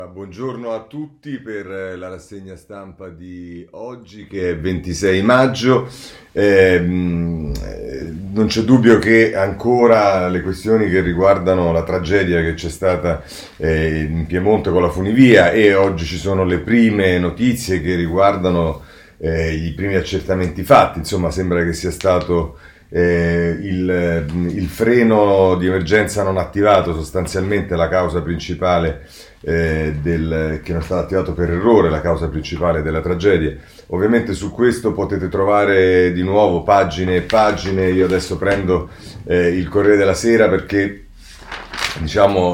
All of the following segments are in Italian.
Buongiorno a tutti per la rassegna stampa di oggi che è 26 maggio. Non c'è dubbio che ancora le questioni che riguardano la tragedia che c'è stata in Piemonte con la funivia, e oggi ci sono le prime notizie che riguardano i primi accertamenti fatti. Insomma, sembra che sia stato il freno di emergenza non attivato, sostanzialmente la causa principale che non è stato attivato per errore, la causa principale della tragedia. Ovviamente su questo potete trovare di nuovo pagine e pagine. Io adesso prendo il Corriere della Sera perché diciamo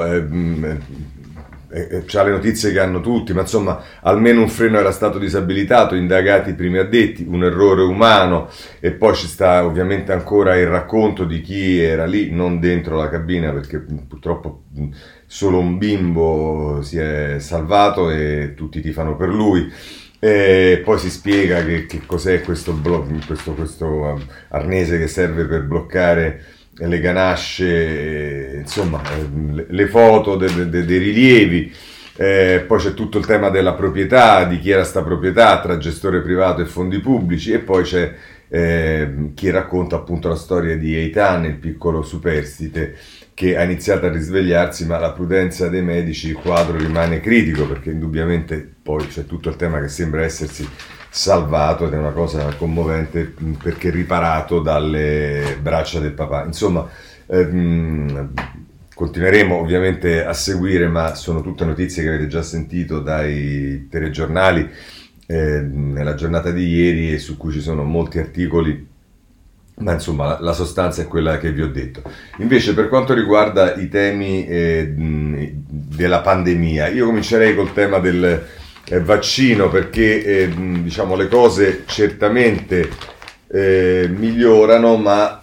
c'ha le notizie che hanno tutti, ma insomma almeno un freno era stato disabilitato, indagati i primi addetti, un errore umano, e poi ci sta ovviamente ancora il racconto di chi era lì, non dentro la cabina, perché purtroppo solo un bimbo si è salvato e tutti tifano per lui. E poi si spiega che cos'è questo arnese che serve per bloccare le ganasce, insomma le foto dei rilievi. Poi c'è tutto il tema della proprietà, di chi era sta proprietà tra gestore privato e fondi pubblici, e poi c'è chi racconta appunto la storia di Eitan, il piccolo superstite che ha iniziato a risvegliarsi, ma la prudenza dei medici, il quadro rimane critico, perché indubbiamente poi c'è tutto il tema che sembra essersi salvato, ed è una cosa commovente perché riparato dalle braccia del papà. Insomma, continueremo ovviamente a seguire, ma sono tutte notizie che avete già sentito dai telegiornali nella giornata di ieri, e su cui ci sono molti articoli, ma insomma la sostanza è quella che vi ho detto. Invece, per quanto riguarda i temi della pandemia, io comincerei col tema del vaccino, perché diciamo le cose certamente migliorano, ma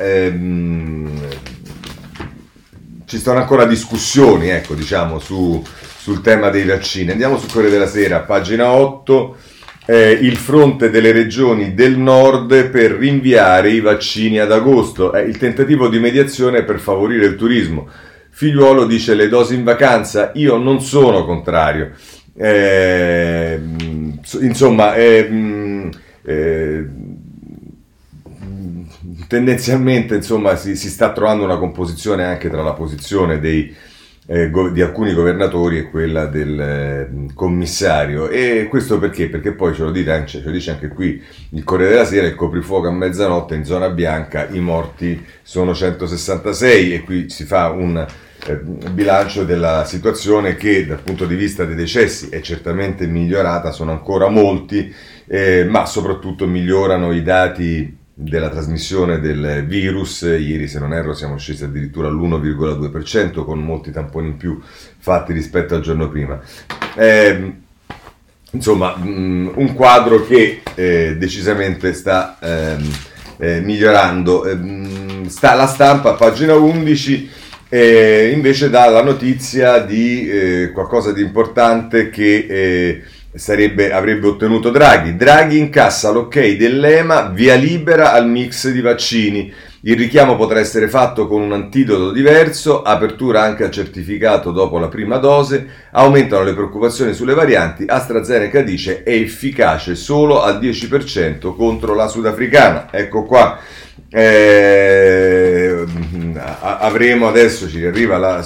ci sono ancora discussioni, ecco, diciamo, sul tema dei vaccini. Andiamo sul Corriere della Sera, pagina 8. Il fronte delle regioni del nord per rinviare i vaccini ad agosto, il tentativo di mediazione per favorire il turismo. Figliuolo dice: le dosi in vacanza, io non sono contrario. Insomma, tendenzialmente insomma si sta trovando una composizione anche tra la posizione di alcuni governatori e quella del commissario. E questo perché? Perché poi ce lo dice anche qui il Corriere della Sera: il coprifuoco a mezzanotte in zona bianca, i morti sono 166, e qui si fa un bilancio della situazione, che dal punto di vista dei decessi è certamente migliorata, sono ancora molti, ma soprattutto migliorano i dati della trasmissione del virus. Ieri, se non erro, siamo scesi addirittura all'1,2%, con molti tamponi in più fatti rispetto al giorno prima. Insomma, un quadro che decisamente sta migliorando. La Stampa, pagina 11, invece dà la notizia di qualcosa di importante che avrebbe ottenuto Draghi. Draghi incassa l'ok dell'EMA, via libera al mix di vaccini. Il richiamo potrà essere fatto con un antidoto diverso, apertura anche al certificato dopo la prima dose, aumentano le preoccupazioni sulle varianti. AstraZeneca dice è efficace solo al 10% contro la sudafricana. Ecco qua. Avremo adesso, ci arriva la